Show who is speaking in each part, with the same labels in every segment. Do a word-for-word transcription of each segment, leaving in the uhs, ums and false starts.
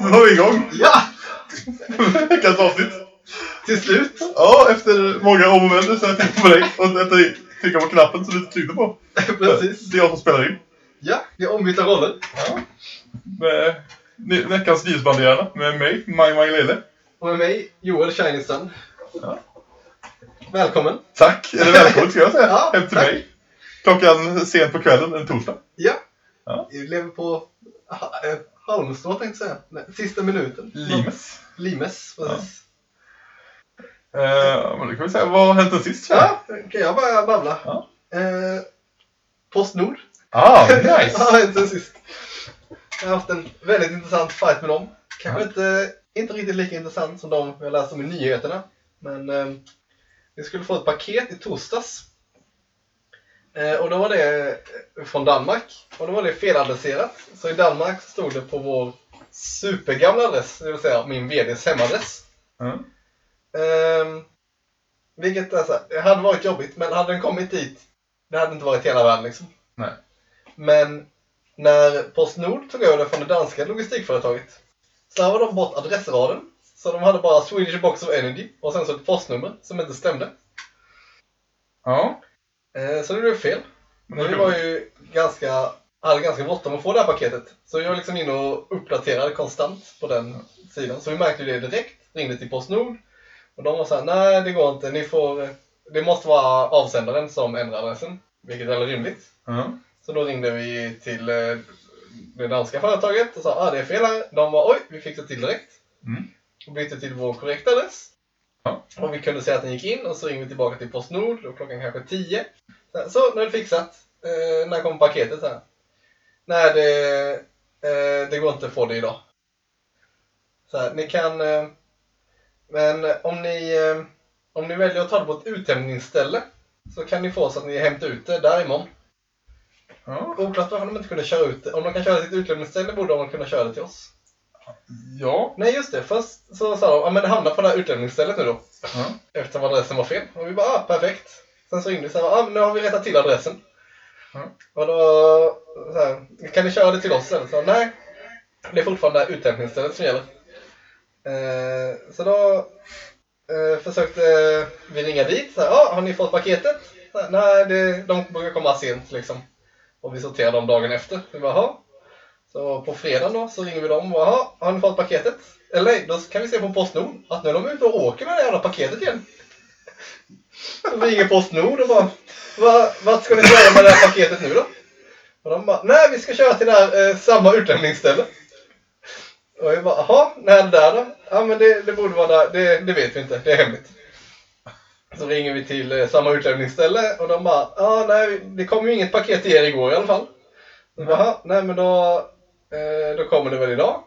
Speaker 1: var vi igång.
Speaker 2: Ja!
Speaker 1: Veckans avsnitt.
Speaker 2: Till slut.
Speaker 1: Ja, efter många om och men så jag tänkte på dig. Och efter att trycka på knappen så du inte tryckte på.
Speaker 2: Precis.
Speaker 1: Det är jag som spelar in.
Speaker 2: Ja, vi har ombytta roller.
Speaker 1: Ja. Med veckans nyhetsbanderarna med mig, Maj Maglele.
Speaker 2: Och med mig, Joel Shiningston.
Speaker 1: Ja.
Speaker 2: Välkommen.
Speaker 1: Tack, eller välkommen ska jag säga.
Speaker 2: Ja,
Speaker 1: hem till
Speaker 2: tack.
Speaker 1: mig. Klockan sent på kvällen, en torsdag.
Speaker 2: Ja.
Speaker 1: Ja.
Speaker 2: Vi lever på ha- eh, halmstrå tänkte jag säga. Nej, sista minuten.
Speaker 1: Limes.
Speaker 2: Limes, precis.
Speaker 1: Eh, men det kan vi säga, vad har hänt den sist?
Speaker 2: Ja, kan jag bara babbla.
Speaker 1: Ja.
Speaker 2: Eh, Postnord.
Speaker 1: Ah, nice.
Speaker 2: Vad har hänt sen sist? Jag har haft en väldigt intressant fight med dem. Kanske
Speaker 1: Ja.
Speaker 2: inte, inte riktigt lika intressant som de jag läste om i nyheterna. Men eh, vi skulle få ett paket i torsdags. Eh, och då var det från Danmark. Och då var det feladresserat. Så i Danmark stod det på vår supergamla adress. Det vill säga min vd:s hemadress.
Speaker 1: Mm.
Speaker 2: Eh, vilket alltså, det hade varit jobbigt. Men hade den kommit dit, det hade inte varit hela världen liksom.
Speaker 1: Nej.
Speaker 2: Men när Postnord tog över från det danska logistikföretaget, slarvade de bort adressraden. Så de hade bara Swedish Box of Energy och sen så ett postnummer som inte stämde.
Speaker 1: Ja.
Speaker 2: Eh, så det blev fel.
Speaker 1: Men
Speaker 2: Men vi var ju ganska, hade ganska bråttom att få det här paketet. Så jag var liksom inne och uppdaterade konstant på den sidan. Så vi märkte ju det direkt, ringde till Postnord. Och de var så här, nej det går inte, ni får, det måste vara avsändaren som ändrar adressen. Vilket är väldigt rimligt.
Speaker 1: Mm.
Speaker 2: Så då ringde vi till eh, det danska företaget och sa ah, det är fel här. De var oj, vi fixade till direkt.
Speaker 1: Mm.
Speaker 2: Och bytte till vår korrekta adress.
Speaker 1: Ja.
Speaker 2: Och vi kunde se att den gick in och så ringde vi tillbaka till Postnord och klockan kanske tio. Så, så nu är det fixat. Eh, när kommer paketet här? Nej, det, eh, det går inte att få det idag. Så här, ni kan... Eh, men om ni, eh, om ni väljer att ta det på ett uthämtningsställe så kan ni få så att ni hämtar ut det där imorgon.
Speaker 1: Ja.
Speaker 2: Oklart varför de inte kunde köra ut det. Om de kan köra till ett utlämningsställe borde de kunna köra det till oss.
Speaker 1: Ja.
Speaker 2: Nej just det, först så sa de, ja men det hamnar på det här utlämningsstället nu då.
Speaker 1: Ja.
Speaker 2: Eftersom adressen var fel. Och vi bara, ah perfekt. Sen så ringde vi så här, ah men nu har vi rättat till adressen.
Speaker 1: Ja.
Speaker 2: Och då, så här, kan ni köra det till oss sen? Så nej, det är fortfarande det här utlämningsstället som gäller. Eh, så då eh, försökte vi ringa dit. Så här, ah, har ni fått paketet? Så här, nej, det, de brukar komma sent liksom. Och vi sorterar dem dagen efter. Vi bara, aha. Så på fredag då så ringer vi dem och aha, har ni fått paketet? Eller nej, då kan vi se på Postnord att nu är de ute och åker med det jävla paketet igen. Så vi ringer Postnord och bara, Va, vad ska ni göra med det här paketet nu då? Och de bara, nej vi ska köra till det här eh, samma utlämningsställe. Och vi bara, aha, när är det där då? Ja men det, det borde vara där, det, det vet vi inte, det är hemligt. Så ringer vi till eh, samma utlämningsställe och de bara, ja nej det kom ju inget paket till er igår i alla fall. Så bara, aha, nej men då, eh, då kommer det väl idag.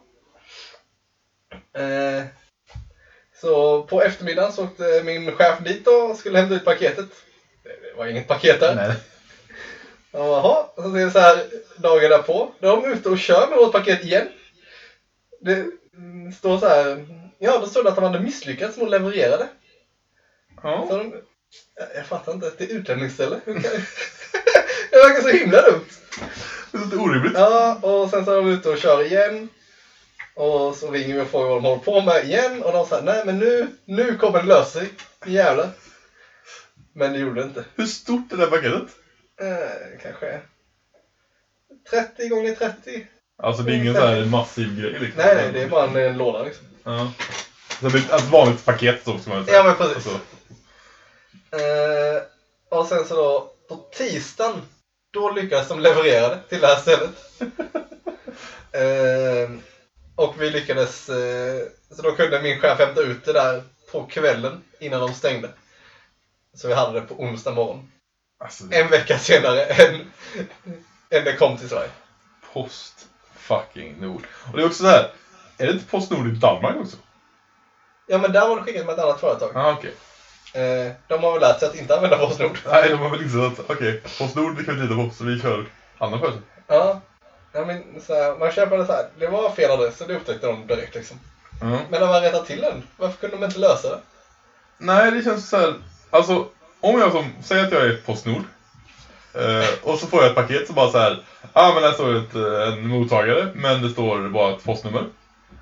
Speaker 2: Eh, så på eftermiddagen så åkte min chef dit och skulle hämta ut paketet. Det var inget paket där.
Speaker 1: Nej.
Speaker 2: Jaha, och så ser det så här dagen därpå. Då är de ute och kör med vårt paket igen. Det mm, står så här. Ja, då står det att de hade misslyckats med att leverera det.
Speaker 1: Ja.
Speaker 2: Så de, jag, jag fattar inte, det är utlämningsställe. Det verkar så himla dumt.
Speaker 1: Det är lite orimligt.
Speaker 2: Ja, och sen så är de ute och kör igen. Och så ringer vi och frågar vad de håller på med igen. Och de säger, nej men nu, nu kommer det lösa sig. Jävlar. Men det gjorde det inte.
Speaker 1: Hur stort är det här paketet?
Speaker 2: Eh, kanske trettio gånger trettio.
Speaker 1: Alltså det är ingen så här massiv grej liksom.
Speaker 2: Nej, nej, det är bara en, en låda liksom.
Speaker 1: Ja. Så det är ett vanligt paket så ska man säga.
Speaker 2: Ja, men precis.
Speaker 1: Alltså.
Speaker 2: Eh, och sen så då, på tisdagen, då lyckades de leverera det till det här stället. eh, och vi lyckades, eh, så då kunde min chef hämta ut det där på kvällen innan de stängde. Så vi hade det på onsdag morgon.
Speaker 1: Alltså,
Speaker 2: En vecka senare än, än det kom till Sverige.
Speaker 1: Post fucking Nord. Och det är också så här. Är det inte Postnord i Danmark också?
Speaker 2: Ja, men där var det skickat med ett annat företag.
Speaker 1: Ja, ah, okej.
Speaker 2: Eh, de har väl lärt sig att inte använda Postnord.
Speaker 1: Nej, de har väl inte att okej, okay, Postnord det kan vi lita på så vi kör andra företag.
Speaker 2: Ja. Ja, men så här, man köper det så här. Det var fel adress så det upptäckte de direkt liksom.
Speaker 1: Mm.
Speaker 2: Men de har rättat till den. Varför kunde de inte lösa det?
Speaker 1: Nej, det känns så här. Alltså, om jag som säger att jag är Postnord eh, och så får jag ett paket så bara så här. Ja, ah, men här står ett, en mottagare men det står bara ett postnummer.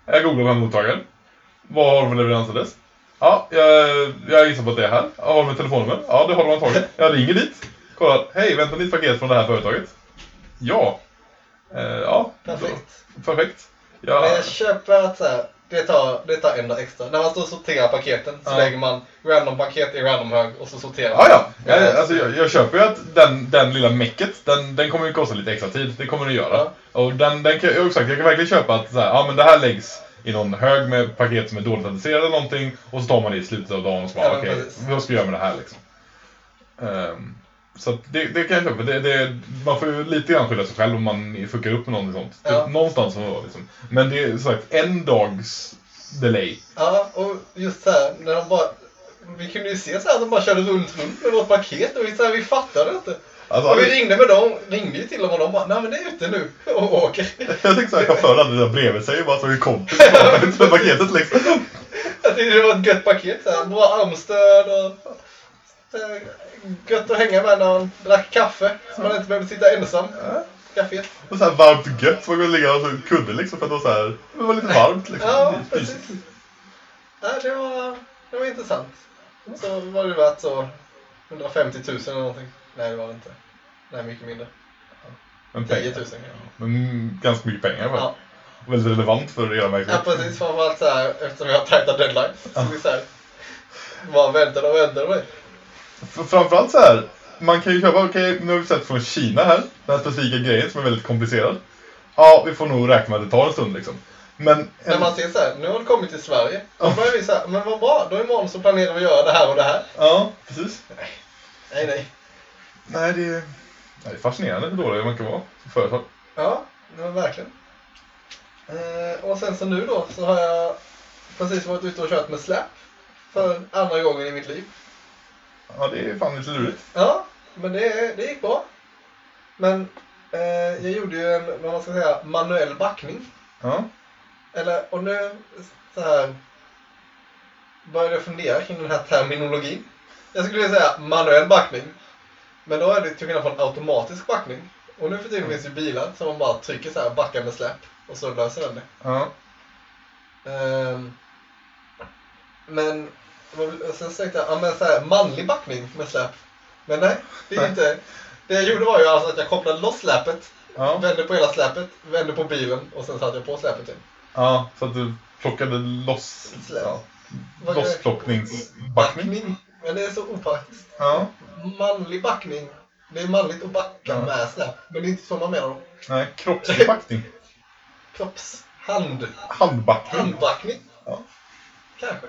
Speaker 1: Jag googlar på mottagaren. Vad har de för leveransadress? Ja, jag, jag gissar på att det är här. Har de ett telefonnummer? Ja, det har de antagligen. Jag ringer dit. Kollar. Hej, väntar ni ett paket från det här företaget? Ja. Eh, ja.
Speaker 2: Perfekt.
Speaker 1: Då, perfekt. Ja.
Speaker 2: Men jag köper att så här, det, tar, det tar en dag extra. När man står och sorterar paketen så
Speaker 1: ja.
Speaker 2: lägger man random paket i random hög och så sorterar
Speaker 1: man. Ja, ja. Jag, alltså, jag, jag köper ju att den, den lilla mecket, den, den kommer ju kosta lite extra tid. Det kommer det göra. Ja. Och den, den kan, exakt, jag kan verkligen köpa att så här, ja, men det här läggs i någon hög med paket som är dåligt adresserade eller någonting. Och så tar man det i slutet av dagen och så bara, ja, okej, okay, vad ska jag göra med det här liksom? Um, så det, det kan jag köpa. Det, det, man får ju lite grann skylla sig själv om man fuckar upp med någonting sånt. Ja. Typ, någonstans så liksom. Men det är sagt en dags delay.
Speaker 2: Ja, och just så här, när de bara... Vi kunde ju se så här att de bara körde runt runt med vårt paket och vi, så här, vi fattade inte. Alltså, och vi ringde med dem, ringde ju till dem och de bara, nej men det är ute nu och åker.
Speaker 1: Jag tänkte såhär, chauffören hade det där bredvid sig och bara så vi kom till med paketet liksom.
Speaker 2: Jag tyckte det var ett gött paket, så här, bra armstöd och här, gött att hänga med när man drack kaffe så man inte behövde sitta ensam. Café.
Speaker 1: Och så här varmt och gött så man kunde ligga och så kudde liksom för att det var så här, det var lite varmt liksom.
Speaker 2: Ja, precis. Ja, det var, det var intressant. Så var det värt så hundrafemtio tusen eller någonting. Nej, det var det inte. Nej, mycket mindre.
Speaker 1: Men
Speaker 2: tio tusen.
Speaker 1: Men ganska mycket pengar.
Speaker 2: Ja.
Speaker 1: Väldigt relevant för era verksamhet.
Speaker 2: Ja, precis. Framförallt så här, eftersom vi har tajta deadlines. Ja. Så vi så här, bara väntar och väntar och
Speaker 1: väntar. Framförallt så här, man kan ju köpa, okej, okay, nu har vi sett från Kina här, den här specifika grejen som är väldigt komplicerad. Ja, vi får nog räkna med att det tar en stund liksom. Men
Speaker 2: när en... man ser så här, nu har det kommit till Sverige. Då börjar vi så här, men vad bra, då imorgon så planerar vi att göra det här och det här.
Speaker 1: Ja, precis.
Speaker 2: Nej, nej. Nej,
Speaker 1: nej det, är, det är fascinerande hur dåliga man kan vara som företag.
Speaker 2: Ja, det var verkligen. Eh, och sen så nu då så har jag precis varit ute och kört med släp för andra gången i mitt liv.
Speaker 1: Ja, det är fan lite lurigt.
Speaker 2: Ja, men det, det gick bra. Men eh, jag gjorde ju en, vad man ska säga, manuell backning.
Speaker 1: Ja.
Speaker 2: Eller, och nu så här började jag fundera kring den här terminologin. Jag skulle säga manuell backning. Men då är det till skillnad från automatisk backning. Och nu för tiden finns det bilar som man bara trycker så här, backar med släp. Och så löser den det.
Speaker 1: Ja.
Speaker 2: Um, men sen tänkte jag, ja men så här, manlig backning med släp. Men nej, det är inte. Det jag gjorde var ju alltså att jag kopplade loss släpet. Ja. Vände på hela släpet, vände på bilen och sen satte jag på släpet igen.
Speaker 1: Ja, så att du plockade loss. Ja. Lossplockningsbackning.
Speaker 2: Men det är så opraktiskt.
Speaker 1: Ja.
Speaker 2: Manlig backning. Det är manligt att backa ja. med släp. Men det är inte så man menar dem.
Speaker 1: Nej, kroppslig backning.
Speaker 2: Kropps... Hand.
Speaker 1: Handbackning.
Speaker 2: Handbackning.
Speaker 1: Ja.
Speaker 2: Kanske.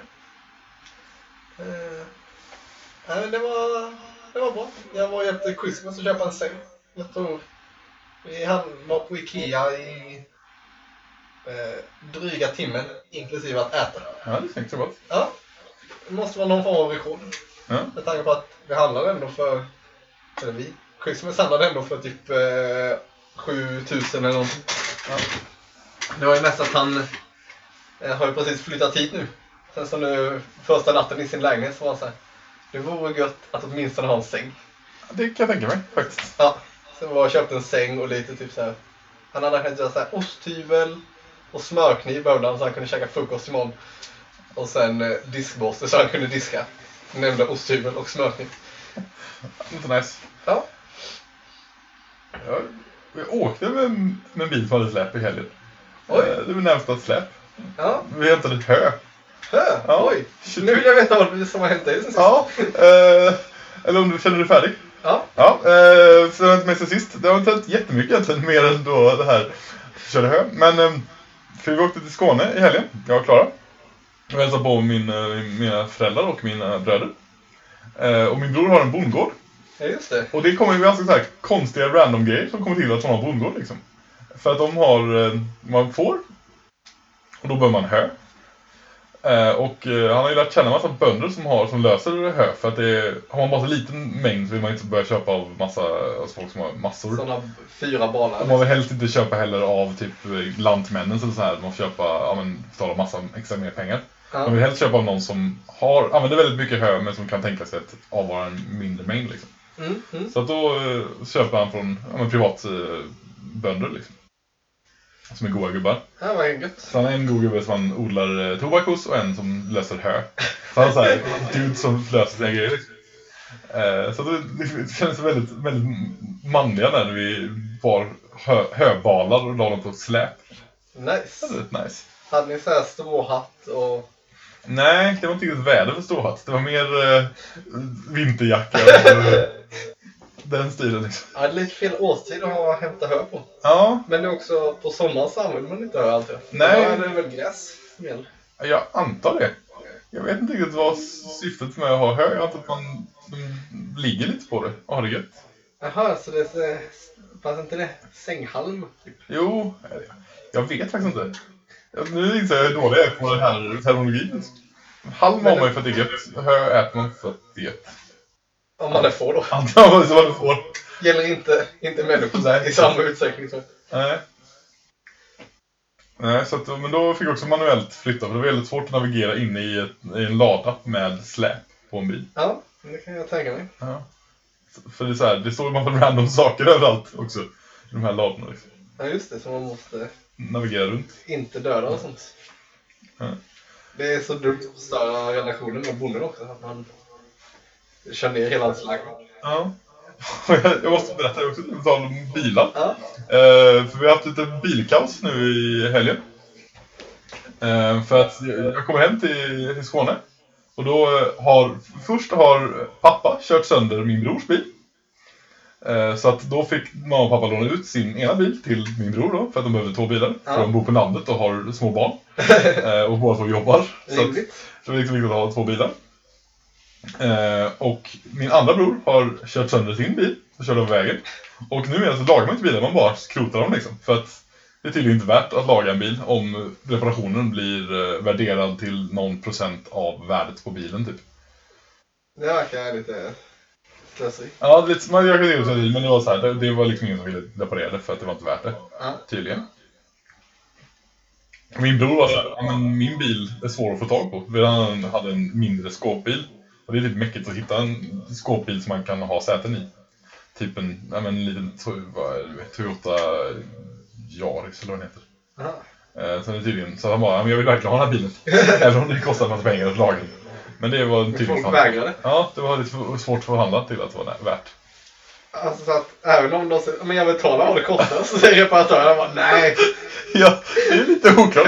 Speaker 2: Uh, nej, men det var, det var bra. Jag var jätteschysst med att köpa en säng. Jag tror vi var på Ikea i eh, dryga timmen, inklusive att äta.
Speaker 1: Ja, det tänkte jag bara.
Speaker 2: Ja, det måste vara någon form av rekord.
Speaker 1: Ja.
Speaker 2: Med tanke på att vi handlade ändå för, eller vi, Christmas handlade ändå för typ eh, sju tusen eller någonting. Ja. Det var ju mest att han eh, har ju precis flyttat hit nu. Sen så nu, första natten i sin lägenhet så var han så här, det vore gött att åtminstone ha en säng.
Speaker 1: Det kan jag tänka mig, faktiskt.
Speaker 2: Ja, så var jag köpte en säng och lite typ så här. Han hade kunnat göra så här osthyvel och smörkniv behövde han så han kunde käka frukost imorgon. Och sen eh, diskborste så han kunde diska. Nämnde osthyvel och smörkniv.
Speaker 1: Inte nice.
Speaker 2: Ja.
Speaker 1: Ja, vi åkte med, med en bil som hade släp i helgen.
Speaker 2: Oj.
Speaker 1: Det var närmast ett släp.
Speaker 2: Ja.
Speaker 1: Vi hämtade ett hö.
Speaker 2: Hö? Ja. Oj. Nu vill jag veta vad som har hänt dig sen sist.
Speaker 1: Ja. Eh, eller om du känner dig färdig.
Speaker 2: Ja.
Speaker 1: Ja. Eh, så det var inte med sig sist. Det har inte hänt jättemycket egentligen. Mer än då det här. Körde hö. Men eh, för vi åkte till Skåne i helgen. Jag och Klara. Jag hälsade på min, mina föräldrar och mina bröder. Eh, och min bror har en bondgård.
Speaker 2: Ja, just det.
Speaker 1: Och det kommer ju ganska så här konstiga random grejer som kommer till att man har bondgård liksom. För att de har, man får, och då behöver man hö. Eh, och eh, han har ju lärt känna en massa bönder som, har, som löser hö. För att det är, har man bara så liten mängd så vill man inte börja köpa av massa, alltså folk som har massor.
Speaker 2: Sådana fyra balar.
Speaker 1: Och man vill helst inte köpa heller av typ lantmännen eller så här. Man får köpa, ja men betala massa extra mer pengar. Ja. Man vill helst köpa av någon som har, använder väldigt mycket hö men som kan tänka sig att avvara en mindre mängd liksom.
Speaker 2: Mm, mm.
Speaker 1: Så att då eh, köper han från ja, men privat eh, bönder liksom. Som är goda gubbar.
Speaker 2: Ja, vad gött.
Speaker 1: Så han har en god gubbe som han odlar tobak hos och en som löser hö. Så han har så här dude som löser sina grejer. Eh, så det, det känns väldigt, väldigt manliga när vi var hö, höbalar och la dem på släp.
Speaker 2: Nice.
Speaker 1: Det var rätt nice.
Speaker 2: Hade ni så här stråhatt och...
Speaker 1: Nej, det var inte riktigt väder för stråhatt. Det var mer eh, vinterjacka och den stilen liksom.
Speaker 2: Ja, det är lite fel årstid att ha hämta hö på.
Speaker 1: Ja.
Speaker 2: Men det är också på sommaren så använder man inte hö alltid.
Speaker 1: Nej.
Speaker 2: Då är det väl gräs som gäller.
Speaker 1: Jag antar det. Jag vet inte riktigt vad syftet med att ha hö. Jag antar att man de ligger lite på det och har det gött.
Speaker 2: Jaha, så det är... Fanns inte det sänghalm? Typ.
Speaker 1: Jo, jag vet faktiskt inte. Nu inser jag hur dålig jag är på den här terminologin. Halm har man ju för att det är gött. Hö äter man för att det är gött.
Speaker 2: Om man är får då.
Speaker 1: Antagligen så man det får.
Speaker 2: Gäller inte, inte människor i samma utsträckning. Så.
Speaker 1: Nej. Nej, så att, men då fick jag också manuellt flytta. För det var väldigt svårt att navigera inne i, ett, i en lada med släp på en bil.
Speaker 2: Ja, det kan jag tänka mig.
Speaker 1: Ja. För det är så här, det står en massa random saker överallt också. I de här ladorna liksom.
Speaker 2: Ja, just det. Så man måste...
Speaker 1: Navigera runt.
Speaker 2: Inte döda och sånt.
Speaker 1: Ja.
Speaker 2: Det är så dumt att förstöra relationen med bonden också. Att man kör ner hela hans slag.
Speaker 1: Ja. Jag måste berätta också på tal om bilar.
Speaker 2: Ja.
Speaker 1: Uh, för vi har haft lite bilkaos nu i helgen. Uh, för att jag kommer hem till, till Skåne. Och då har, först har pappa kört sönder min brors bil. Uh, så att då fick mamma och pappa låna ut sin ena bil till min bror då. För att de behövde två bilar.
Speaker 2: Ja.
Speaker 1: För de bor på landet och har små barn. uh, och båda två jobbar. Så, att, så det är liksom viktigt att ha två bilar. Uh, och min andra bror har kört sönder sin bil och kört över vägen. Och nu så lagar man inte bilen, man bara skrotar dem liksom. För att det är tydligen inte värt att laga en bil om reparationen blir uh, värderad till någon procent av värdet på bilen typ.
Speaker 2: Det verkar lite slöseri.
Speaker 1: Ja, det är lite, man gör det också, men det var så här, det, det var liksom ingen som ville reparera det för att det var inte värt det.
Speaker 2: Ja.
Speaker 1: Tydligen. Min bror var så här, ja, men min bil är svår att få tag på. Vi hade en mindre skåpbil. Och det är typ mäckigt att hitta en skåpbil som man kan ha säten i. Typ en, ja, men en liten Toyota Yaris eller vad den heter. Eh, så det är tydligen, så han bara, ja, men jag vill verkligen ha den här bilen. Även om det kostar en massa pengar att laga den. Men det var tydligen...
Speaker 2: Folk vägrade.
Speaker 1: Ja, det var lite svårt att förhandla till att det var värt.
Speaker 2: Alltså så att även om de säger, men jag betalar vad det kostar, så säger reparatören bara, nej.
Speaker 1: Ja, det är lite oklart.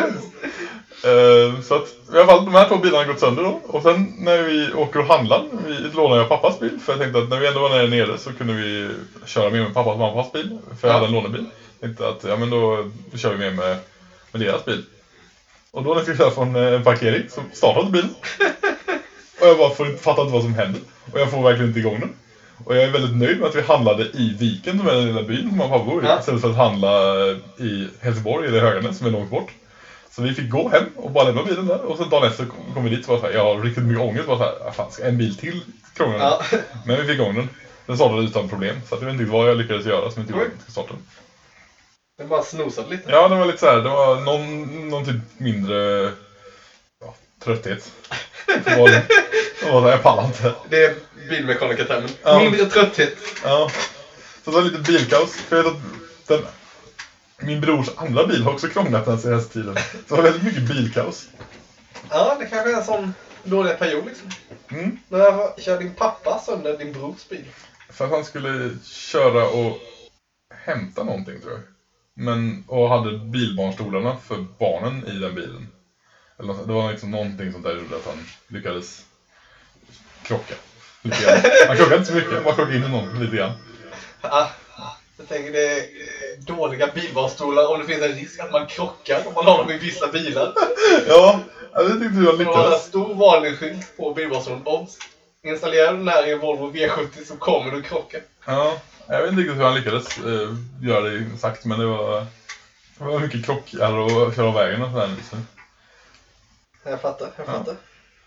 Speaker 1: Uh, så att i alla fall de här två bilarna har gått sönder då. Och sen när vi åker och handlar, vi lånar jag pappas bil. För jag tänkte att när vi ändå var nere, nere så kunde vi köra med med pappas och mammas bil. För jag hade en lånebil. Jag tänkte att ja, men då, då kör vi med, med med deras bil. Och då när jag skulle köra från en parkering så startade bilen. Och jag bara får inte fatta inte vad som händer. Och jag får verkligen inte igång den. Och jag är väldigt nöjd med att vi handlade i Viken som är den lilla byn som mamma och pappa bor i. Ja. Istället för att handla i Helsingborg eller Höganäs som är långt bort. Så vi fick gå hem och bara lämna bilen där. Och sen dagen efter kom vi dit och var så här, jag har riktigt mycket ångest. Bara så här, fan, ska en bil till krångla? Ja. Men vi fick igång den. Den startade utan problem. Så jag vet inte vad jag lyckades göra som inte gjorde att starta den.
Speaker 2: Den bara snosade lite.
Speaker 1: Ja, det var lite så här. Det var någon, någon typ mindre ja, trötthet. Det var det. Det var så här, jag pallar inte.
Speaker 2: Det är bilmekanikertermen.
Speaker 1: Ja.
Speaker 2: Mindre trötthet.
Speaker 1: Ja. Så det var lite bilkaos. För jag vet att den... Min brors andra bil har också krånglat den senaste tiden. Så det var väldigt mycket bilkaos.
Speaker 2: Ja, det kanske är en sån dålig period liksom.
Speaker 1: Mm.
Speaker 2: När kör din pappa sönder din brors bil?
Speaker 1: För att han skulle köra och hämta någonting tror jag. Men, och hade bilbarnstolarna för barnen i den bilen. Eller, det var liksom någonting sånt där gjorde att han lyckades krocka. Lite grann. Han krockade inte så mycket, han bara krockade in i någon lite grann.
Speaker 2: Ja. Jag tänker det är dåliga bilbarnstolar om det finns en risk att man krockar om man har dem i vissa bilar.
Speaker 1: Ja, jag vet inte hur jag lyckades.
Speaker 2: Det var en stor varningsskylt på bilbarnstolen. Om installerar den här i Volvo V sjuttio så kommer du krocka.
Speaker 1: Ja, jag vet inte riktigt hur han lyckades eh, göra det exakt, men det var, det var mycket krockar och köra av vägen och sådär. Liksom.
Speaker 2: Jag fattar, jag fattar. Ja.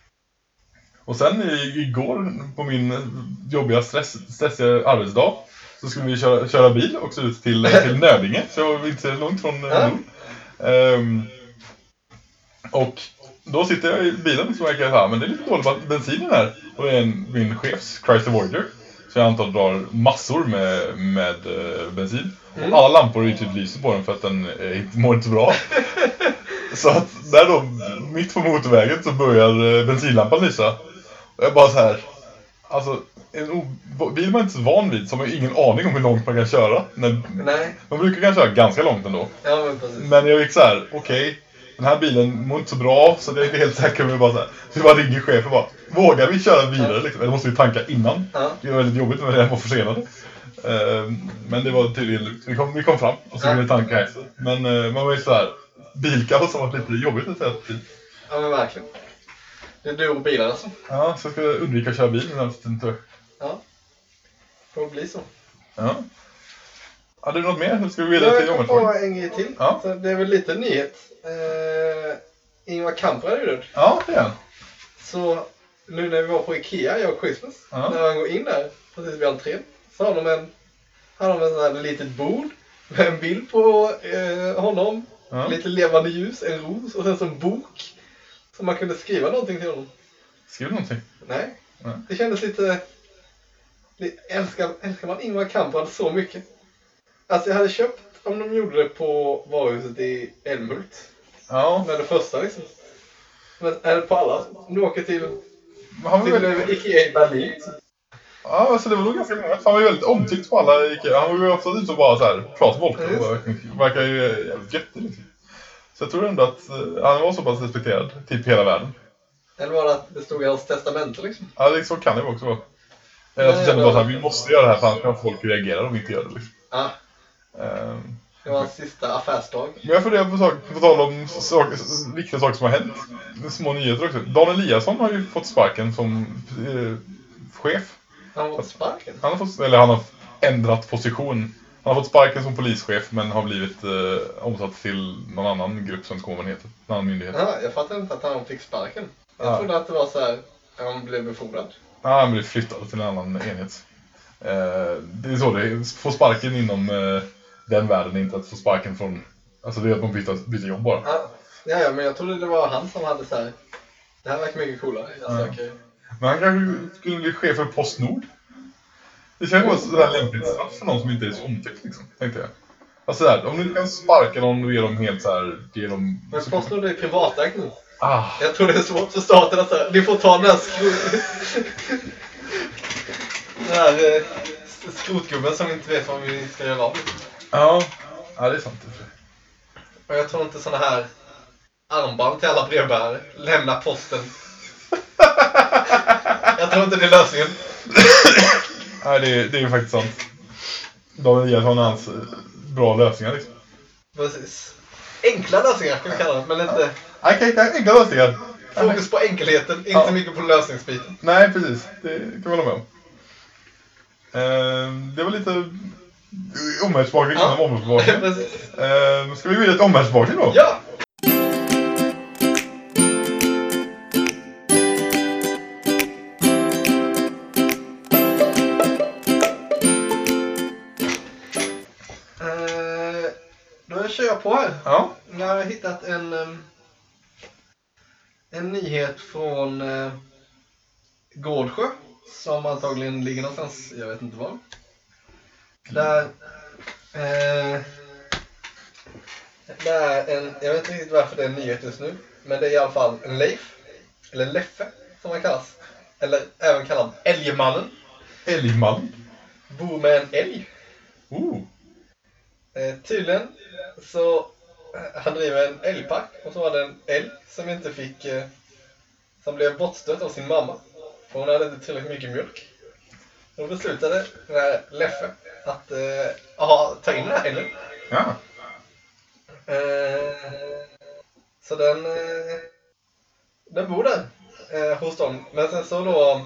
Speaker 1: Och sen i, igår på min jobbiga stress, stressiga arbetsdag så skulle vi köra, köra bil också ut till, till Nödinge, så jag var inte så långt från ja. Nord. Um, och då sitter jag i bilen så märker jag att men det är lite dålig bensin här. Och det är en, min chefs Chrysler Voyager Så jag antar drar massor med, med uh, bensin.
Speaker 2: Mm.
Speaker 1: Och alla lampor är ju typ lyser på den för att den uh, inte mår inte bra. Så att där då, mitt på motorvägen så börjar uh, bensinlampan lysa. Och jag bara så här. Alltså, en o- bil man inte så van vid som har ingen aning om hur långt man kan köra. När,
Speaker 2: Nej.
Speaker 1: Man brukar kanske köra ganska långt ändå.
Speaker 2: Ja, men precis.
Speaker 1: Men jag gick så här, okej. Okay, den här bilen mår inte så bra, så jag är inte helt säker på bara så här. Så jag bara ringer chefen och bara, vågar vi köra vidare liksom? Eller måste vi tanka innan?
Speaker 2: Ja.
Speaker 1: Det var väldigt jobbigt när den var försenad. Uh, men det var tydligen, vi kom, vi kom fram och så
Speaker 2: ja.
Speaker 1: ville vi tanka efter. Men uh, man var ju så här, bilkaos som var lite jobbigt att säga.
Speaker 2: Ja, men verkligen. Det är du och bilen alltså.
Speaker 1: Ja, så jag ska undvika att köra bil den här tiden, tror jag.
Speaker 2: Ja, får bli så.
Speaker 1: Ja. Hade du något mer? Nu ska vi vidare till
Speaker 2: Jag kommer på en grej till.
Speaker 1: Ja.
Speaker 2: Så det är väl lite nyhet. Eh, Ingvar Kamprad är ju död.
Speaker 1: Ja, det är han.
Speaker 2: Så nu när vi var på Ikea, jag och Christmas,
Speaker 1: Ja.
Speaker 2: när man går in där, precis vid entrén, så har de en, har de en sån här litet bord med en bild på eh, honom,
Speaker 1: Ja.
Speaker 2: lite levande ljus, en ros och sen så en bok. Så man kunde skriva någonting till honom.
Speaker 1: Skriv någonting.
Speaker 2: Nej,
Speaker 1: Nej.
Speaker 2: det kändes lite... lite älskar, älskar man Ingvar Kamprad så mycket? Alltså jag hade köpt om de gjorde det på varuhuset i Älmhult.
Speaker 1: Ja.
Speaker 2: Med det första liksom. Men är det på alla? Om du åker till,
Speaker 1: Han var
Speaker 2: till
Speaker 1: väldigt...
Speaker 2: Ikea i Berlin.
Speaker 1: Ja, alltså det var nog ganska många. Han var ju väldigt omtyckt på alla Ikea. Han var ju ofta ute och bara så här, prata med folk. Och bara, verkar ju jävligt göttig liksom. Så jag tror ändå att uh, han var så pass respekterad, typ hela världen.
Speaker 2: Eller var det att det stod i hans testamente liksom?
Speaker 1: Ja, det så kan det också vara. Jag kände bara så här, vi måste göra det här för annars kan folk reagera om vi inte gör det liksom.
Speaker 2: Ja.
Speaker 1: Um,
Speaker 2: Det var hans sista affärsdag.
Speaker 1: Men jag funderar på, sak, på tal om saker, viktiga saker som har hänt. Små nyheter också. Dan Eliasson har ju fått sparken som eh, chef.
Speaker 2: Han var sparken.
Speaker 1: Han har fått, eller han har ändrat position. Han har fått sparken som polischef men har blivit eh, omsatt till någon annan grupp som kommer heter. En annan myndighet.
Speaker 2: Ja, jag fattar inte att han fick sparken. Jag
Speaker 1: Ja.
Speaker 2: trodde att det var så här att han blev befordrad.
Speaker 1: Ja, han blev flyttad till en annan enhet. Eh, det är så det är. Få sparken inom eh, den världen, inte att få sparken från... Alltså det är att man byter, byter jobb bara.
Speaker 2: Ja, ja, ja, men jag trodde det var han som hade så här. Det här verkar mycket coolare. Jag
Speaker 1: Ja.
Speaker 2: söker.
Speaker 1: Men han kanske skulle bli chef för Postnord. Det känns bara sådär lämpligt straff för någon som inte är så omtyckt liksom, tänkte jag. Alltså där, om du kan sparka någon och ge dem helt såhär, ge dem...
Speaker 2: Men Postnord är privatägt nu.
Speaker 1: Ah,
Speaker 2: Jag tror det är svårt för staten att säga, ni får ta den här skrot... den här eh, skrotgubben som inte vet vad vi ska göra av.
Speaker 1: ja, ja det är sant.
Speaker 2: Och jag tror inte såna här armband till alla brevbärare. Lämna posten. Jag tror inte det är lösningen.
Speaker 1: Nej, det, är- det är ju faktiskt sant. Daniel Eliasson har hans eh, bra lösningar liksom.
Speaker 2: Precis. Enkla lösningar kan vi kalla det, men inte
Speaker 1: Okej, okay, enkla lösningar.
Speaker 2: fokus på enkelheten, inte
Speaker 1: Ja.
Speaker 2: mycket på lösningsbiten.
Speaker 1: Nej, precis. Det kan vi hålla med om. Eh, det var lite omvärldsbakning
Speaker 2: Ja.
Speaker 1: innan omvärldsbakning.
Speaker 2: Precis.
Speaker 1: Eh, ska vi vidare till omvärldsbakning då?
Speaker 2: Ja! Eh, Då kör jag på här.
Speaker 1: Ja.
Speaker 2: Jag har hittat en, em, en nyhet från eh, Gårdsjö som antagligen ligger någonstans, jag vet inte var. Där eh, det är en, jag vet inte riktigt varför det är en nyhet just nu, men det är i alla fall en Leif, eller Leffe som han kallas, eller även kallad Älgmannen,
Speaker 1: Älgman.
Speaker 2: bor med en älg.
Speaker 1: Oh.
Speaker 2: Eh, tydligen så eh, han driver en älgpark och så var det en älg som inte fick eh, som blev bortstött av sin mamma för hon hade inte tillräckligt mycket mjölk. Då beslutade den här Leffe att eh, aha, ta in den här älgen.
Speaker 1: Ja.
Speaker 2: Eh, så den eh, den bor där eh, hos dem, men sen så då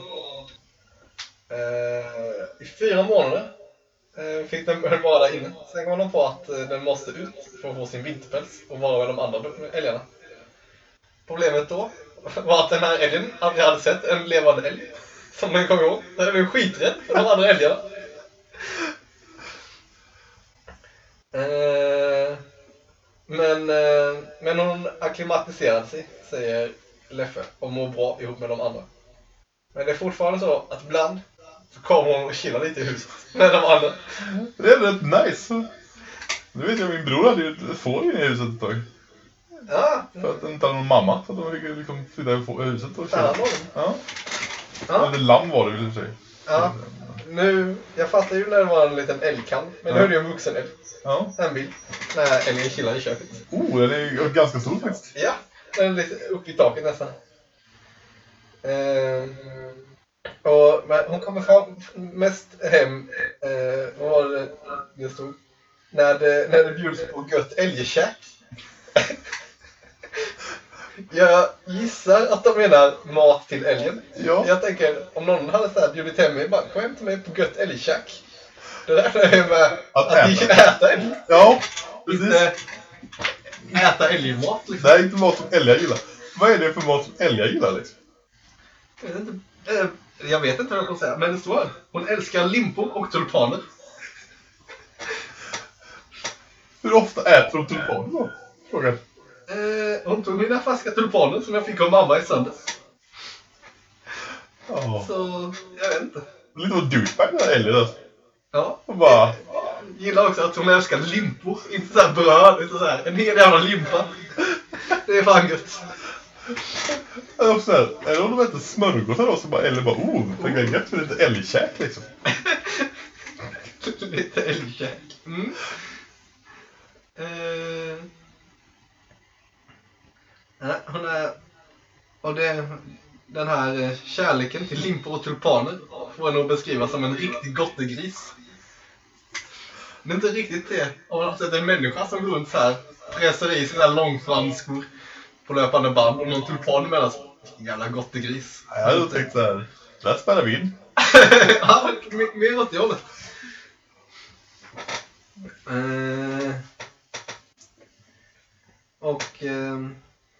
Speaker 2: eh, i fyra månader eh, fick den vara där inne. Sen kom de på att eh, den måste ut för att få sin vinterpäls och vara med de andra älgarna. Problemet då var att den här älgen aldrig hade sett en levande älg som den kom ihåg. Den blev skiträdd för de andra älgarna. Eh, men, eh, men hon akklimatiserade sig, säger Leffe, och mår bra ihop med de andra. Men det är fortfarande så att ibland Så kommer hon och chillar lite i huset med de andra.
Speaker 1: Det är rätt nice. Nu vet jag, min bror hade ju ett får inne i huset ett tag.
Speaker 2: Ja.
Speaker 1: För att den inte hade någon mamma. Så att de fick liksom flytta i huset och chilla. Ja.
Speaker 2: Ja.
Speaker 1: Det lamm var det väl i och för sig.
Speaker 2: Ja. Nu, jag fattar ju när det var en liten älgkalv. Men nu
Speaker 1: Ja.
Speaker 2: är det ju en vuxen älg.
Speaker 1: Ja.
Speaker 2: En bild. När älgen chillar i köket.
Speaker 1: Oh, den är ganska stor faktiskt.
Speaker 2: Ja. Den är lite upp i taket nästan. Ehm, och men hon kommer fram mest hem. Eh, vad var det det stod? När det, när det bjuds på gött älgkäk. Jag gissar att de menar mat till älgen.
Speaker 1: Ja.
Speaker 2: Jag tänker, om någon hade så här bjudit hem mig, bara, kom hem till mig på gött älgkäk. Då räknar jag med
Speaker 1: Att
Speaker 2: att, att
Speaker 1: äta.
Speaker 2: äta älg.
Speaker 1: Ja, precis.
Speaker 2: Inte äta älgmat liksom.
Speaker 1: Det här är inte mat som älgar gillar. Vad är det för mat som älgar gillar liksom?
Speaker 2: Jag vet inte, eh, jag vet inte vad jag kommer säga, men det står här. Hon älskar limpor och tulpaner.
Speaker 1: Hur ofta äter de tulpaner då? Frågan.
Speaker 2: Eh, hon tog mina färska tulpaner som jag fick av mamma i söndags.
Speaker 1: Ja.
Speaker 2: Så, jag vet inte.
Speaker 1: Lite av douchebag den här älgen alltså.
Speaker 2: Ja.
Speaker 1: Och bara...
Speaker 2: Jag gillar också att hon älskar limpor. Inte så här bröd, utan så här en hel jävla limpa. Det är fan gött.
Speaker 1: Är det så här, är det om de äter smörgåsar då så bara älgen bara oh, det är gött för lite älgkäk liksom.
Speaker 2: Lite älgkäk. Mm. Eh. Ja, hon är... Och det, den här eh, kärleken till limpor och tulpaner får jag nog beskriva som en riktig gottegris. Det är inte riktigt det. Om man har sett en människa som går runt så här, pressar i sina långsvansskor på löpande band och någon tulpan emellan. Jävla gottegris.
Speaker 1: Ja, jag hade tänkt så här, där spelar vi in.
Speaker 2: Ja, mer- mer åt det hållet. Eh, och ehm,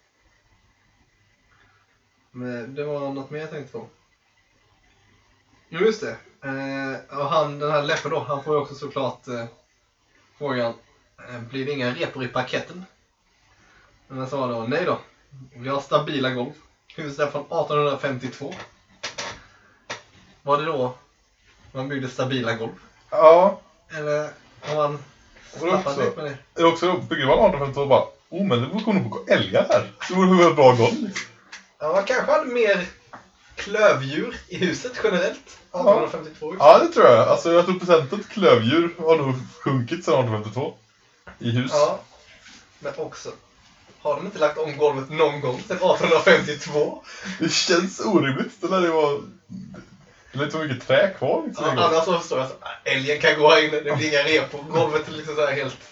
Speaker 2: men det var något mer jag tänkte på. Jo, just det. Eh, och han, den här Leppe då, han får ju också såklart eh, frågan, eh, blir det inga repor i paketten? Men jag sa då, nej då. Vi har stabila golv. Huset är från arton femtiotvå. Var det då man byggde stabila golv?
Speaker 1: Ja.
Speaker 2: Eller om man
Speaker 1: Och det också,
Speaker 2: lite med det?
Speaker 1: det är också bygger man arton femtiotvå och bara oh men det borde nog gå älgar här. Det borde vara bra golv liksom.
Speaker 2: Ja, man kanske hade mer klövdjur i huset generellt. arton femtiotvå.
Speaker 1: Ja, det tror jag. Alltså jag tror procentet klövdjur har nog sjunkit sedan arton femtiotvå. I hus.
Speaker 2: Ja, men också. Har de inte lagt om golvet någon gång sedan arton femtiotvå?
Speaker 1: Det känns orimligt. Det lär ju vara... Det är inte så mycket trä kvar. Liksom,
Speaker 2: Ja, annars så förstår jag att älgen kan gå här inne, det blir inga repor. Golvet är liksom så här helt...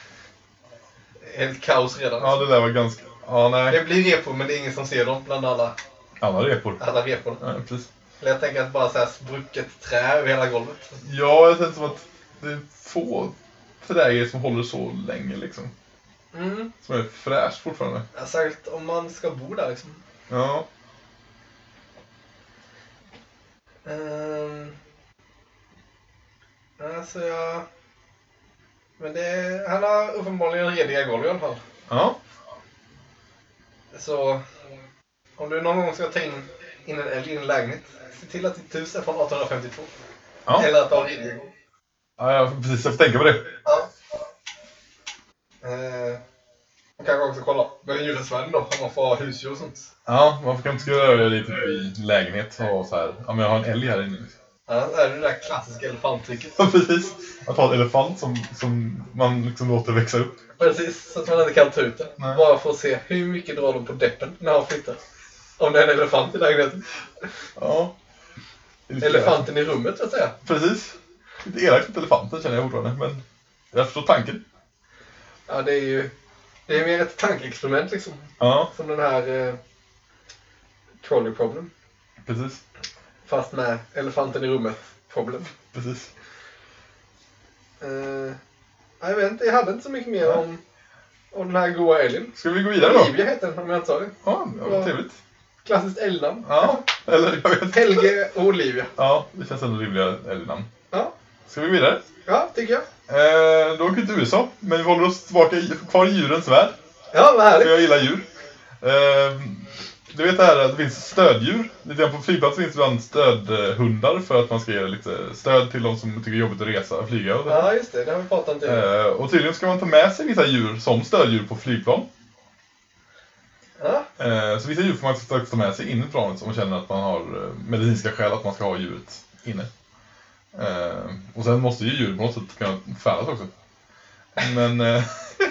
Speaker 2: Helt kaos redan.
Speaker 1: Ja, det där var ganska... Ja, nej.
Speaker 2: Det blir repor, men det är ingen som ser dem bland alla,
Speaker 1: Alla repor.
Speaker 2: alla repor.
Speaker 1: Ja, precis.
Speaker 2: Eller jag tänker att bara så här sprucket trä över hela golvet.
Speaker 1: Ja, jag känner som att det är få träger som håller så länge liksom.
Speaker 2: Mm.
Speaker 1: Som är fräscht fortfarande.
Speaker 2: Ja, särskilt om man ska bo där liksom.
Speaker 1: Ja.
Speaker 2: Um, alltså jag... Men det... Han har uppenbarligen rediga golv i alla fall.
Speaker 1: Ja.
Speaker 2: Så... Om du någon gång ska ta in, in en älg i en lägenhet, se till att ditt hus är från arton femtiotvå.
Speaker 1: Ja.
Speaker 2: Eller att du har rediga golv.
Speaker 1: Ja, jag får precis jag får tänka på det.
Speaker 2: Ja. Uh, och kanske också kolla med djursvärden då, om man får ha husdjur och sånt.
Speaker 1: Ja, man kan inte ska göra det typ i lägenhet och så här. Ja, men jag har en älg här inne.
Speaker 2: Ja, det är det där klassiska elefanttricket.
Speaker 1: Ja, precis. Att ha en elefant som, som man liksom låter växa upp.
Speaker 2: Precis, så att man inte kan ta ut den.
Speaker 1: Nej.
Speaker 2: Bara för att se hur mycket drar de på deppen när han flyttar. Om det är en elefant i lägenheten.
Speaker 1: Ja. Det är lite
Speaker 2: Elefanten i rummet så att säga.
Speaker 1: Precis. Lite elakt mot elefanten känner jag fortfarande, men jag förstår tanken.
Speaker 2: Ja, det är ju... Det är mer ett tankeexperiment liksom.
Speaker 1: Ja,
Speaker 2: Som den här... Eh, trolley problem.
Speaker 1: precis.
Speaker 2: Fast med elefanten i rummet problem.
Speaker 1: Precis.
Speaker 2: Eh, jag vet inte, jag hade inte så mycket mer om, om den här goa älgen.
Speaker 1: Ska vi gå vidare då?
Speaker 2: Olivia heter den om jag inte sa det.
Speaker 1: Ja, det var trevligt.
Speaker 2: Klassiskt älgnamn.
Speaker 1: Ja, eller jag vet.
Speaker 2: Helge och Olivia.
Speaker 1: Ja, det känns ändå rimliga älgnamn.
Speaker 2: Ja,
Speaker 1: Ska vi vidare?
Speaker 2: ja tycker jag.
Speaker 1: Eh, då åker vi till U S A, men vi håller oss tillbaka i, kvar i djurens värld.
Speaker 2: Ja, vad
Speaker 1: För
Speaker 2: härligt.
Speaker 1: jag gillar djur. Eh, du vet det här att det finns stöddjur. Lite grann på flygplatsen finns det ibland stödhundar för att man ska ge lite stöd till de som tycker det är jobbigt att resa och flyga. Och så.
Speaker 2: Ja, just det. Det har vi pratat om tidigare.
Speaker 1: Eh, och tydligen ska man ta med sig vissa djur som stöddjur på flygplan.
Speaker 2: Ja.
Speaker 1: Eh, så vissa djur får man faktiskt ta med sig in i planet om man känner att man har eh, medicinska skäl att man ska ha djuret inne. Eh, och sen måste ju djur på något sätt kunna färdas också. Men... Eh,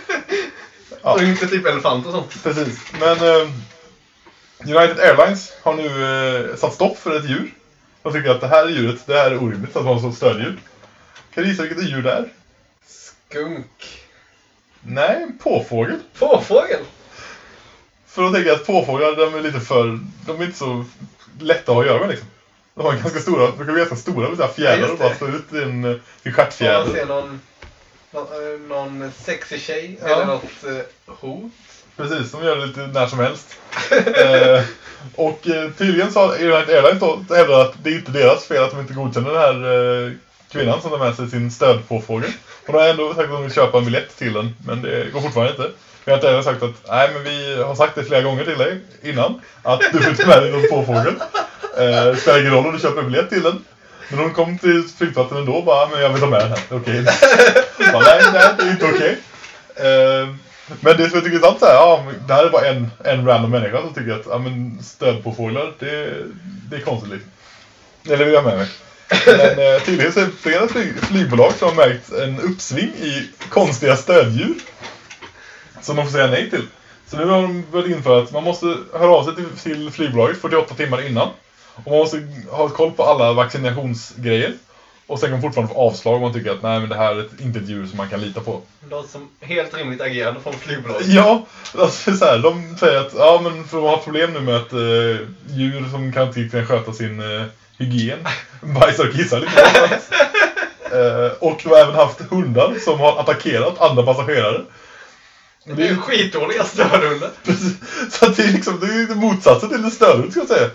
Speaker 2: ja. Och inte typ elefant och sånt.
Speaker 1: Precis. Men eh, United Airlines har nu eh, satt stopp för ett djur. De tycker att det här djuret, det här är orimligt att vara så stöddjur. Kan du gissa vilket djur det är?
Speaker 2: Skunk.
Speaker 1: Nej, en påfågel.
Speaker 2: Påfågel?
Speaker 1: För då tänker jag att påfåglar, de är lite för... De är inte så lätta att ha att göra med liksom. De har ganska stora, de kan vara ganska stora med så här fjädrar
Speaker 2: ja,
Speaker 1: och bara stå ut i en, en stjärtfjäder.
Speaker 2: Man ser någon, någon, någon sexy tjej ja. Eller något eh, hot.
Speaker 1: Precis, de gör det lite när som helst. eh, och eh, tydligen så har United Airlines då hävdat att det är inte deras fel att de inte godkänner den här eh, kvinnan som har med sig sin stödpåfågel. Hon har ändå sagt att de vill köpa en biljett till den, men det går fortfarande inte. Vi har inte även sagt att nej, men vi har sagt det flera gånger till dig innan att du får inte med dig någon påfågel. Eh, det spelar ingen roll om du köper en biljett till den. Men hon kom till flygplatsen ändå och bara, men jag vill ha med den här. Okej. Okay. nej, nej, det är inte okej. Okay. Eh, men det som jag tycker är sant så här, ja, det här är bara en, en random människa som tycker att ja, men stödpåfåglar, det, det är konstigt liksom. Eller vill jag med mig. Men eh, tydligen så är det flera flyg, flygbolag som har märkt en uppsving i konstiga stöddjur. Som de får säga nej till. Så nu har de börjat införa att man måste höra av sig till, till flygbolaget fyrtioåtta timmar innan. Och man måste ha koll på alla vaccinationsgrejer. Och sen kan man fortfarande få avslag om man tycker att nej, men det här är ett, inte ett djur som man kan lita på.
Speaker 2: Det låter som helt rimligt agerande från flygbolaget.
Speaker 1: Ja, alltså så här, de säger att ja, men för de har problem nu med att eh, djur som kan inte kan sköta sin eh, hygien bajsar och kissar lite. eh, och de har även haft hundar som har attackerat andra passagerare.
Speaker 2: Det är ju skitdåliga stödhundar.
Speaker 1: Precis. Så det är liksom, det är ju motsatsen till en stödhund, ska jag säga.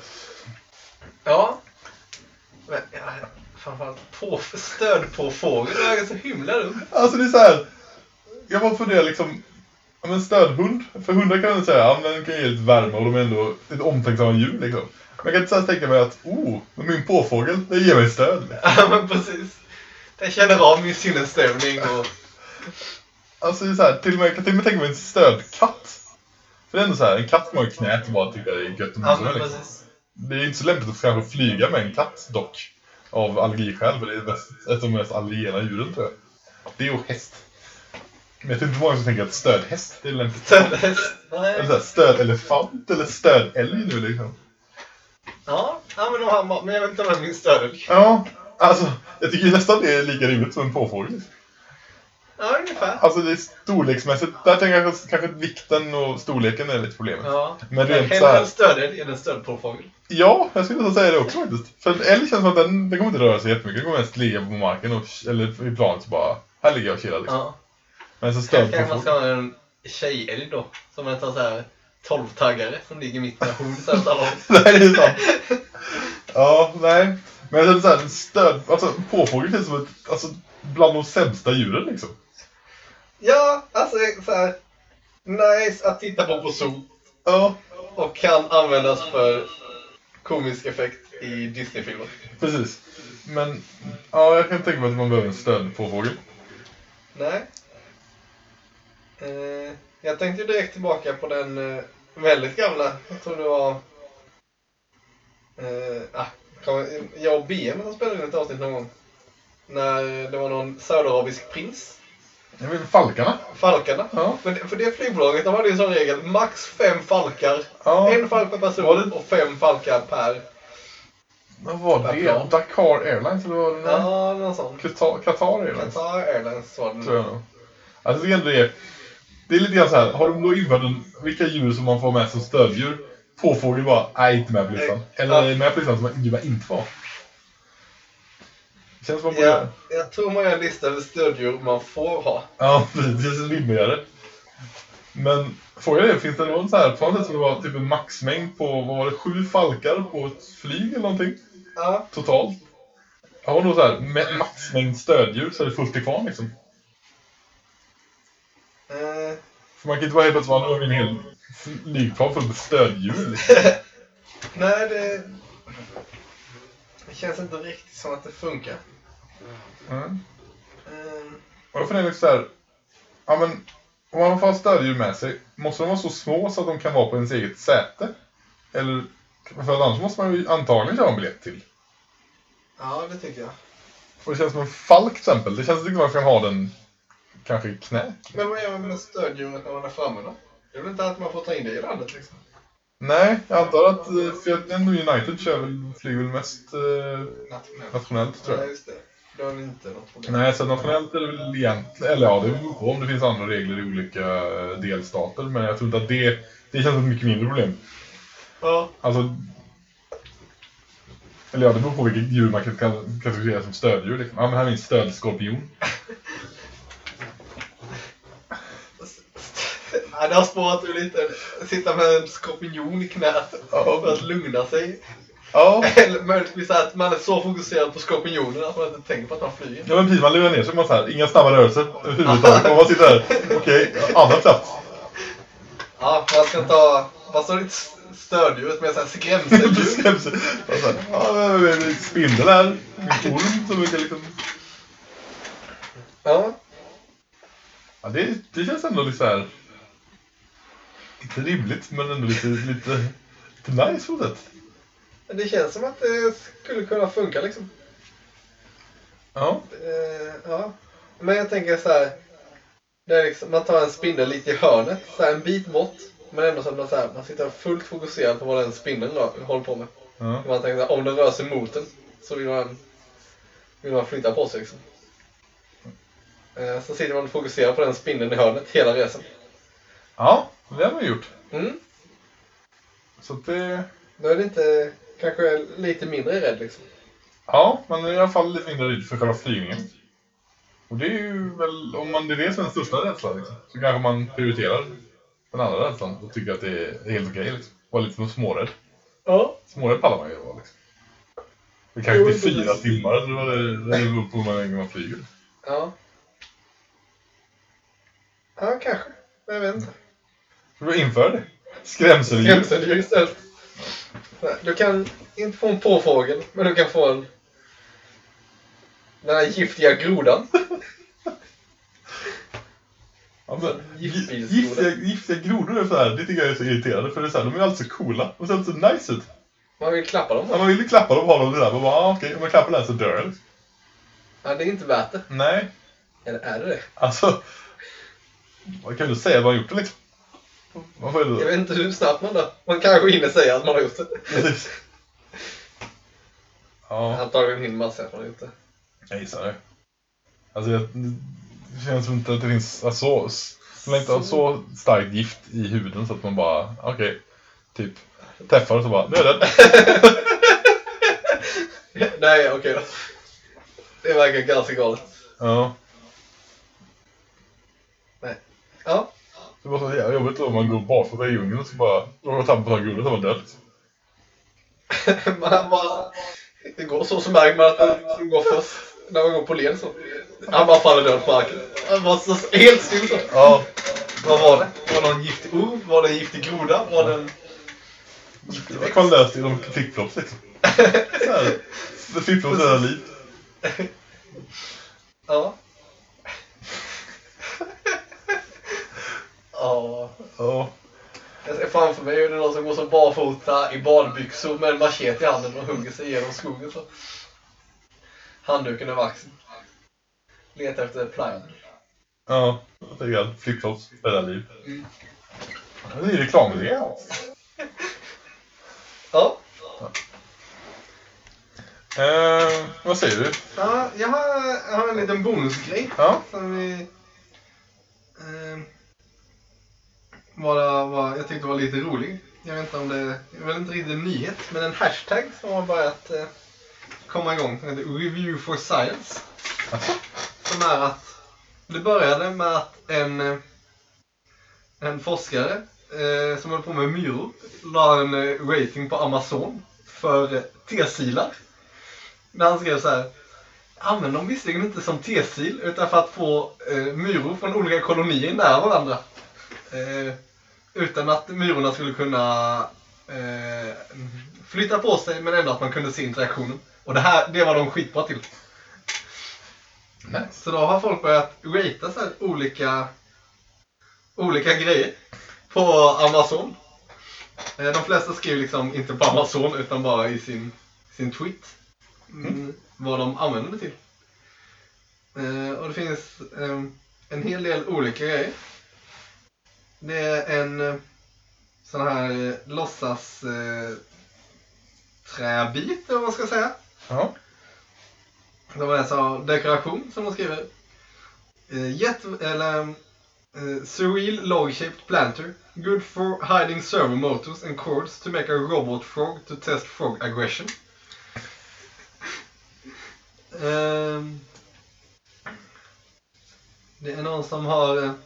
Speaker 2: Ja. Men ja, framförallt på, stöd på fågel, det är så himla dumt.
Speaker 1: Alltså det är så här. Jag bara funderar liksom, ja, men stödhund, för hundar kan jag säga, ja, men den kan ge lite värme och de är ändå ett omtänksamma djur liksom. Men jag kan inte så här tänka mig att, oh, min påfågel, det ger mig stöd.
Speaker 2: Ja, men precis. Den känner av min sinnesstämning och...
Speaker 1: Alltså det är så här, till och med, jag kan till och med tänka mig en stödkatt. För det är ändå så här, en katt kommer i knät och bara tycker det är gött och
Speaker 2: ja,
Speaker 1: liksom. Det är inte så lämpligt att kanske flyga med en katt dock. Av allergiskäl, för det är bäst, ett av de mest allergena djuren tror jag. Det är ju häst. Men jag tror inte många som tänker att stödhäst det är lämpligt.
Speaker 2: Stödhäst? Nej.
Speaker 1: Eller så här, stödelefant eller stödälg nu liksom.
Speaker 2: Ja, ja men, de har, men jag vet inte om det är min stödälg.
Speaker 1: Ja, alltså jag tycker nästan det är lika rimligt som en påfågel.
Speaker 2: Ja, ungefär.
Speaker 1: Alltså det är storleksmässigt, där tänker jag kanske att vikten och storleken är lite problemet.
Speaker 2: Ja,
Speaker 1: men
Speaker 2: rent
Speaker 1: rent så här...
Speaker 2: en stödälg är en stödpåfågel.
Speaker 1: Ja, jag skulle säga det också faktiskt. För en älg känns som att den, den kommer inte röra sig jättemycket. Den kommer mest ligga på marken och, eller i planet så bara, här ligger jag och chillar liksom.
Speaker 2: Ja.
Speaker 1: Men så stöd
Speaker 2: kanske man ska ha en tjejälg då, som en sån här tolv-taggare som ligger mitt med hodet alla
Speaker 1: Nej, det är sant. Ja, nej. Men jag känner så här, en stöd, alltså påfågel känns som ett, alltså bland de sämsta djuren liksom.
Speaker 2: Ja, alltså så här nice att titta på på zoo.
Speaker 1: Ja.
Speaker 2: Och kan användas för komisk effekt i Disney-filmer.
Speaker 1: Precis. Men ja, jag kan tänka mig att man behöver en stödpåfågel.
Speaker 2: Nej. Eh, jag tänkte direkt tillbaka på den eh, väldigt gamla. Jag tror det var... Eh, ah, jag och B M som spelade in ett avsnitt någon gång. När det var någon saudiarabisk prins.
Speaker 1: Jag vet Falkarna.
Speaker 2: Falkarna.
Speaker 1: Ja.
Speaker 2: Men för det flygbolaget, de hade ju som regel max fem falkar.
Speaker 1: Ja.
Speaker 2: En falk per person och fem falkar per...
Speaker 1: Vad var det? Plan. Dakar Airlines eller vad var det?
Speaker 2: Ja, någon sån.
Speaker 1: Qatar, Qatar Airlines.
Speaker 2: Qatar Airlines var det.
Speaker 1: Tror jag nog. Alltså det är ändå det. Det är lite grann så här. Har de då infört en, vilka djur som man får med som stödjur? Påfågel bara, nej inte med på listan. Eller ja. Med på listan som man djur inte får. Det känns som man
Speaker 2: ja, jag tror man gör en lista över stödjur man får ha.
Speaker 1: Ja, precis. Det känns rimligare. Men frågan är, finns det någon så här, på något sätt som det var typ en maxmängd på, vad var det, sju falkar på ett flyg eller någonting?
Speaker 2: Ja.
Speaker 1: Totalt. Har man då så här, med maxmängd stödjur så är det fullt liksom.
Speaker 2: Eh.
Speaker 1: För man kan inte vara helt plötsligt vara, nu har vi en hel flygplan fullt med stödhjul.
Speaker 2: Nej, det... Det känns inte riktigt som att det funkar.
Speaker 1: Mm.
Speaker 2: Mm.
Speaker 1: Och jag funderar så här, ja men om man får stödhjul med sig, måste de vara så små så att de kan vara på ens eget säte? Eller, för annars måste man ju antagligen köra en biljett till.
Speaker 2: Ja, det tycker jag.
Speaker 1: Och det känns som en falk till exempel, det känns inte som att man kan ha den kanske i knä.
Speaker 2: Men vad gör man med stödhjulet när man är framme då? Det är väl inte att man får ta in det i landet liksom?
Speaker 1: Nej, jag antar att, för ändå United kör väl, flyger väl mest eh,
Speaker 2: Nationellt.
Speaker 1: nationellt tror jag.
Speaker 2: Ja, just det. Då är det inte något problem.
Speaker 1: Nej, så nationellt är det väl egentligen, eller ja, det beror på om det finns andra regler i olika delstater, men jag tror inte att det, det känns som ett mycket mindre problem.
Speaker 2: Ja.
Speaker 1: Alltså, eller ja, det beror på vilket djur man kan kategorisera som stöddjur. Liksom. Ja, men här är min stödskorpion.
Speaker 2: Ja, det har spårat ur lite. Sitta med en skorpion i knät för att lugna sig.
Speaker 1: Ja.
Speaker 2: Eller möjligtvis att man är så fokuserad på skorpionen att man inte tänker på att han flyger.
Speaker 1: Ja, men precis, man lurar ner så man så här, inga snabba rörelser överhuvudtaget. Och man sitter där, okej, okay, andra plats.
Speaker 2: Ja, man ska ta, vad står det, stödljud med såhär skrämseljud.
Speaker 1: Skrämsel. Ja, det är en spindel här, en orm som brukar liksom...
Speaker 2: Ja.
Speaker 1: Ja, det, det känns ändå lite så här... Inte rimligt, men ändå lite, lite, lite nice på det.
Speaker 2: Det känns som att det skulle kunna funka liksom.
Speaker 1: Ja.
Speaker 2: Eh, ja. Men jag tänker så här. Det är liksom, man tar en spindel lite i hörnet, så här en bit bort. Men ändå så att man, så här, man sitter fullt fokuserad på vad den spindeln då, håller på med.
Speaker 1: Ja.
Speaker 2: Man tänker så här, om den rör sig mot den så vill man, vill man flytta på sig liksom. Eh, så sitter man fokuserad på den spindeln i hörnet hela resan.
Speaker 1: Ja, det har man gjort.
Speaker 2: Mm.
Speaker 1: Så det...
Speaker 2: Då är det inte kanske lite mindre rädd liksom.
Speaker 1: Ja, man är i alla fall lite mindre rädd för själva flygningen. Och det är ju väl, om man det är det som är den största rädslan liksom, så kanske man prioriterar den andra rädslan och tycker att det är helt okej liksom. Var lite smårädd.
Speaker 2: Ja.
Speaker 1: Smårädd pallar man ju då liksom. Det kanske blir fyra timmar eller vad det är på hur man länge man flyger.
Speaker 2: Ja. Ja, kanske. Jag vet inte.
Speaker 1: Du inför det. Skrämseldjur.
Speaker 2: Skrämseldjur istället. Du kan inte få en påfågel, men du kan få en... Den här giftiga grodan.
Speaker 1: Ja, men,
Speaker 2: Giftbilsgroda.
Speaker 1: giftiga, giftiga grodor är så här, det tycker jag är så irriterande. För det är så här, de är alltid så coola. Och ser alltid så nice ut.
Speaker 2: Man vill klappa dem.
Speaker 1: Ja, man vill ju klappa dem och ha dem där. Man bara, ah, okej, om man klappar den så dör den.
Speaker 2: Ja, det är inte värt det.
Speaker 1: Nej.
Speaker 2: Eller är det det?
Speaker 1: Alltså, vad kan du säga vad man har gjort det liksom? Vad får
Speaker 2: Jag vet inte hur snabbt man då. Man kanske hinner säga att man har gjort det.
Speaker 1: Precis. Ja.
Speaker 2: Antagligen hinner man säga att man har gjort det.
Speaker 1: Jag gissar det. Alltså, jag, det känns som inte att det finns alltså, så länge inte har så starkt gift i huden så att man bara, okej, okay, typ, träffar och så bara, nu är det.
Speaker 2: Nej, okej okay då. Det verkar ganska galet.
Speaker 1: Ja.
Speaker 2: Nej. Ja.
Speaker 1: Det var så jävla jobbigt då om man går barfota i djungeln och så bara, råkar tappa på en guldet och man död.
Speaker 2: Man bara, det går så, så märker man att den går först när man går på led så. Han bara faller död på marken. Han var så helt still så.
Speaker 1: Ja.
Speaker 2: Vad var det? Var det någon giftig orm? Var det en giftig groda? Var det en giftig växt?
Speaker 1: Man löst i de flipflops liksom. Såhär. Flipflops är liv.
Speaker 2: Ja. Ja.
Speaker 1: Ja.
Speaker 2: Jag ser framför mig hur det är någon som går som barfota i badbyxor med en machete i handen och hugger sig igenom skogen så. Handduken över axeln. Letar efter plyan.
Speaker 1: Ja, jag tänker att flipflops räddar liv.
Speaker 2: Mm.
Speaker 1: Det är reklamidé.
Speaker 2: Ja.
Speaker 1: Eh, vad säger du?
Speaker 2: Ja, jag har, jag har en liten bonusgrej.
Speaker 1: Ja.
Speaker 2: Som vi... Eh, var, var, jag tyckte var lite rolig. Jag vet inte om det... Det var inte riktigt en nyhet. Men en hashtag som har börjat eh, komma igång. Som heter Review for Science.
Speaker 1: Alltså?
Speaker 2: Som är att... Det började med att en... eh, En forskare eh, som höll på med myror la en eh, rating på Amazon för eh, tesilar. När han skrev så här: använd dem visserligen inte som tesil utan för att få eh, myror från olika kolonier nära varandra. Eh, utan att myrorna skulle kunna eh, flytta på sig, men ändå att man kunde se interaktionen. Och det här, det var de skitbra till.
Speaker 1: Nice.
Speaker 2: Så då har folk börjat ratea så här olika, olika grejer på Amazon. Eh, de flesta skriver liksom inte på Amazon utan bara i sin, sin tweet. Mm, vad de använder det till. Eh, och det finns eh, en hel del olika grejer. Det är en eh, sån här eh, låtsas eh, träbit, eller vad man ska säga.
Speaker 1: Ja.
Speaker 2: Det var en sån dekoration som de skriver. Eh, jet, eller eh, surreal log-shaped planter. Good for hiding servo motors and cords to make a robot frog to test frog aggression. Um, det är någon som har uh,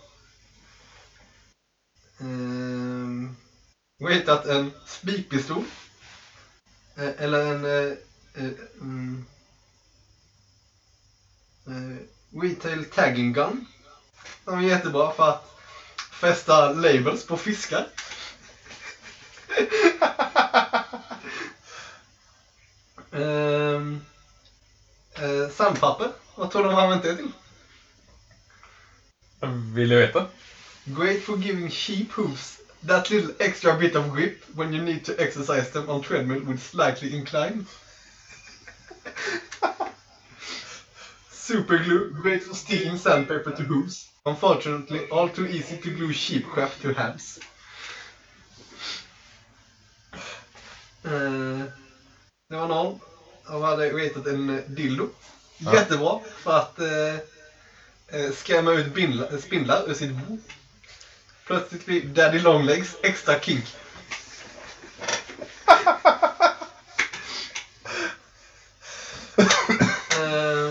Speaker 2: um, hittat en spikpistol uh, eller en uh, uh, um, uh, retail tagging gun. De är jättebra för att fästa labels på fiskar. um, uh, sandpapper. Vad tror de har använt det till?
Speaker 1: Vill jag veta?
Speaker 2: Great for giving sheep hooves that little extra bit of grip when you need to exercise them on treadmill with slightly incline. Super glue, great for sticking sandpaper to hooves. Unfortunately, all too easy to glue sheep crap to hands. Uh, det var någon som hade ratat en dildo.
Speaker 1: Ja.
Speaker 2: Jättebra för att uh, skrämma ut bindla, spindlar ur sitt bo. Plötsligt blir Daddy Longlegs extra kink. uh,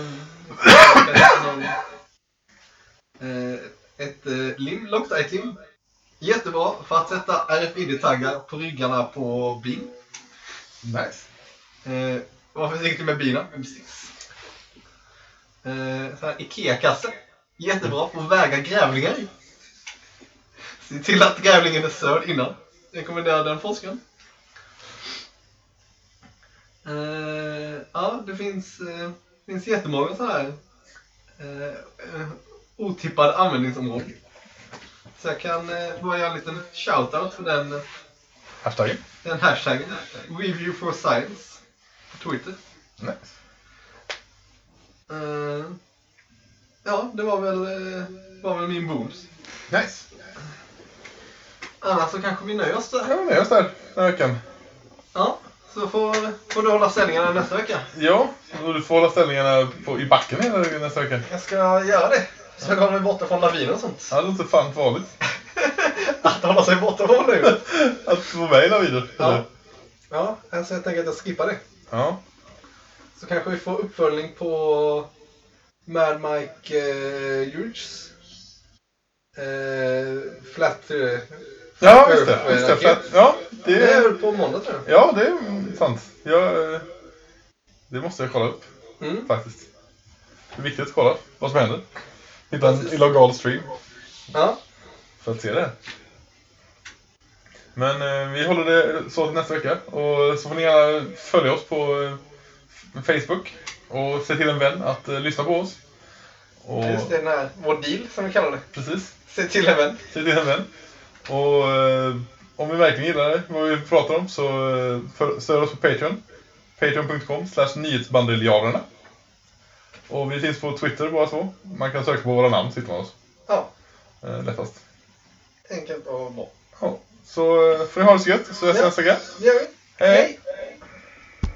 Speaker 2: uh, ett uh, lim, Loctite-lim. Jättebra för att sätta R F I D-taggar på ryggarna på bin.
Speaker 1: Nice.
Speaker 2: Uh, var försiktig med bina. Precis. Uh, så här Ikea-kasse. Jättebra för att väga grävlingar i. Se till att grävlingen är sörd innan. Rekommenderar den forskaren. Uh, ja, det finns, uh, finns jättemånga så här uh, uh, otippade användningsområden. Så jag kan uh, bara göra en liten shoutout för den, uh,
Speaker 1: Hashtaggen.
Speaker 2: den hashtaggen. Review for Science på Twitter.
Speaker 1: Nice.
Speaker 2: Uh, ja, det var väl, uh, var väl min bonus.
Speaker 1: Nice.
Speaker 2: Annars så kanske vi nöjer oss där.
Speaker 1: Ja, det är oss där den här veckan.
Speaker 2: Ja, så får, får du hålla ställningarna nästa vecka.
Speaker 1: Ja, och du får hålla ställningarna på, i backen hela nästa vecka.
Speaker 2: Jag ska göra det. Så jag kommer borta från lavinen och sånt.
Speaker 1: Ja, det låter fan farligt.
Speaker 2: Att hålla sig borta från nu.
Speaker 1: Att få med i laviner.
Speaker 2: Ja. Ja, alltså jag tänker att jag skippar det.
Speaker 1: Ja.
Speaker 2: Så kanske vi får uppföljning på Mad Mike eh, Hughes. Eh, flat... Eh,
Speaker 1: Ja, just det. Just det. För att, ja, det,
Speaker 2: det är väl på måndag tror jag.
Speaker 1: Ja, det är sant. Jag, eh, det måste jag kolla upp.
Speaker 2: Mm.
Speaker 1: Faktiskt. Det är viktigt att kolla vad som händer. Hitta en illegal stream.
Speaker 2: Ja.
Speaker 1: För att se det. Men eh, vi håller det så nästa vecka. Och så får ni gärna följa oss på eh, Facebook. Och se till en vän att eh, lyssna på oss. Och,
Speaker 2: Just det, den här, vår deal som vi kallar det.
Speaker 1: precis.
Speaker 2: Se till en vän.
Speaker 1: Se till en vän. Och eh, om vi verkligen gillar det, vad vi pratar om, så eh, för, stöd oss på Patreon. Patreon punkt com slash nyhetsbandeljarerna. Och vi finns på Twitter bara så. Man kan söka på våra namn, sitter man oss.
Speaker 2: Ja,
Speaker 1: Eh, lättast.
Speaker 2: enkelt och bra.
Speaker 1: Ja. Så eh, får ni ha det så gött, så jag ses
Speaker 2: Ja.
Speaker 1: nästa vecka.
Speaker 2: Det gör vi.
Speaker 1: Hej!
Speaker 2: Hej.